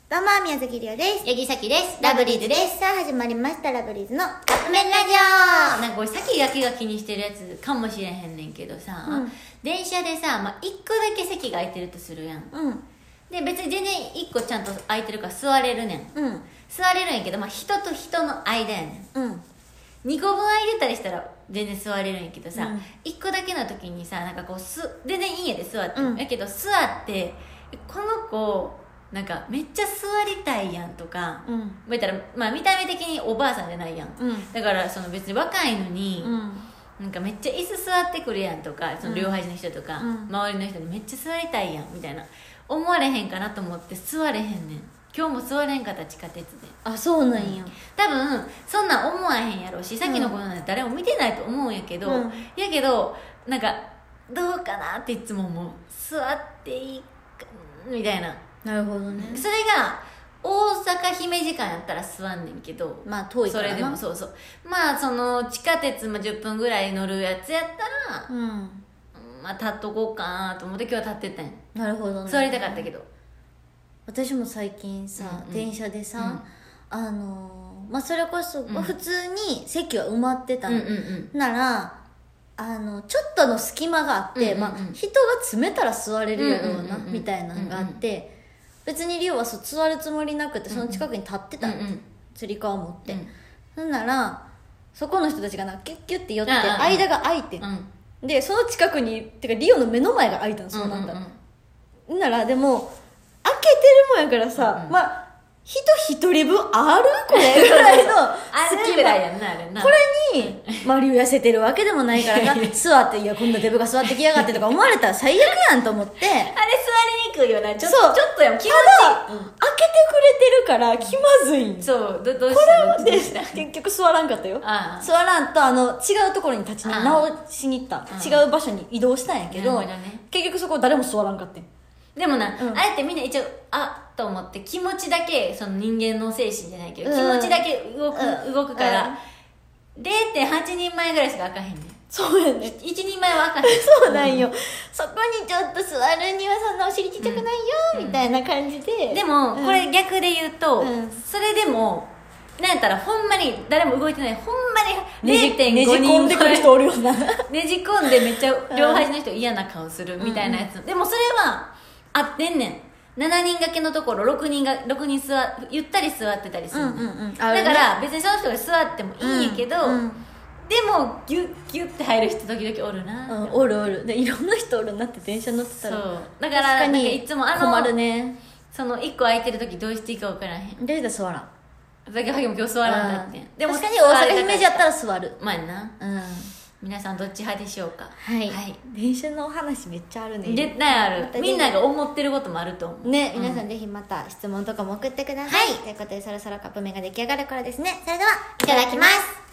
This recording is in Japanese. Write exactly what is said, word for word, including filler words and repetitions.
どうも、宮崎りおです。 八木咲です。 ラブリーズです。さあ、始まりました、ラブリーズのカップ麺ラジオ。 なんかこれ、咲だけが気にしてるやつかもしれへんねんけどさ、うん、電車でさ、まあ、いっこだけ席が空いてるとするやん。 うん。 で、別に全然いっこちゃんと空いてるから座れるねん。 うん。 座れるんやけど、まあ、人と人の間やねん。 うん。 にこぶん空いてたりしたら全然座れるんやけどさ、 うん、 いっこだけの時にさ、なんかこうす、全然いいんやで座って。 うん、 やけど座って、この子、なんかめっちゃ座りたいやんとか、 うん、 言ったら、まあ、見た目的におばあさんじゃないやん、 うん、 だからその別に若いのに、 うん、 なんかめっちゃ椅子座ってくるやんとか、その両端の人とか、 うん、 周りの人にめっちゃ座りたいやんみたいな思われへんかなと思って座れへんねん。今日も座れんかった、地下鉄で。 あ、そうなんや、うん、 多分そんなん思わへんやろし、さっきのことなんて誰も見てないと思うんやけど、うん、やけどなんかどうかなっていつも思う。座っていいかみたいな。 なるほどね。 それが大阪姫路間やったら座んねんけど、 まあ遠いからな。 それでもそうそう、まあその地下鉄もじゅっぷんぐらい乗るやつやったら、 うん、 まあ立っとこうかなと思って今日は立ってたんや。 なるほどね。 座りたかったけど、 私も最近さ、うんうん、電車でさ、うん、あのまあそれこそ、うん、普通に席は埋まってたの、うんうんうん、ならあのちょっとの隙間があって、うんうんうん、まあ、人が詰めたら座れるやろうな、うんうんうん、みたいなのがあって、うんうん、別にリオはそう座るつもりなくてその近くに立ってたの、うんうん、つり革を持って、うん、そんならそこの人たちがなキュッキュッて寄って間が空いて、うん、でその近くにてかリオの目の前が空いたの。そうなんだ、うんうんうん、ならでも開けてるもんやからさ、うんうん、まあ人一人分あるこれぐらいの隙間やんな、あれな。 これにマリオ痩せてるわけでもないからな座って、いやこんなデブが座ってきやがってとか思われたら最悪やんと思ってあれ座りにくいよな。ちょっとちょっとやん気持ちいい。 ただ、うん、開けてくれてるから気まずいん。 そうどどうしたこれで結局座らんかったよ。ああ座らんとあの違うところに立ち直しに行った。違う場所に移動したんやけど、ね、結局そこ誰も座らんかってん。でもな、うん、あえてみんな一応あっと思って気持ちだけその人間の精神じゃないけど、うん、気持ちだけ動く、うん、動くから、うん、れいてんはちにんまえぐらいしか開かへんねん。 そうやね。 いちにんまえは開かへんそうなんよ、うん、そこにちょっと座るにはそんなお尻ちっちゃくないよ、うん、みたいな感じで。 でも、うん、これ逆で言うと、うん、それでもなんやったらほんまに誰も動いてない、ほんまに れいてんごにんねじ込んでくる人おるよなねじ込んでめっちゃ両端の人嫌な顔するみたいなやつ、うん、でもそれは合ってんねん。ななにん掛けのところろくにんがろくにん座ゆったり座ってたりする、うんうんうん、だから別にその人が座ってもいいんやけど、うんうん、でもギュッギュッて入る人時々おるな、 うん、おるおる。でいろんな人おるなって電車乗ってたら。 そうだからなんかいつもあの困るね。 そのいっこ空いてる時どうしていいか分からへん。 どうしたら座らん。 さっきハゲも今日座らんだって。 でも確かに大阪姫路やったら座る。 まあな、うん、皆さんどっち派でしょうか。 はい、はい、電車のお話めっちゃあるね。 絶対ある、ま、みんなが思ってることもあると思うね、うん、皆さんぜひまた質問とかも送ってください、はい、ということでそろそろカップ麺が出来上がる頃ですね。それではいただきます。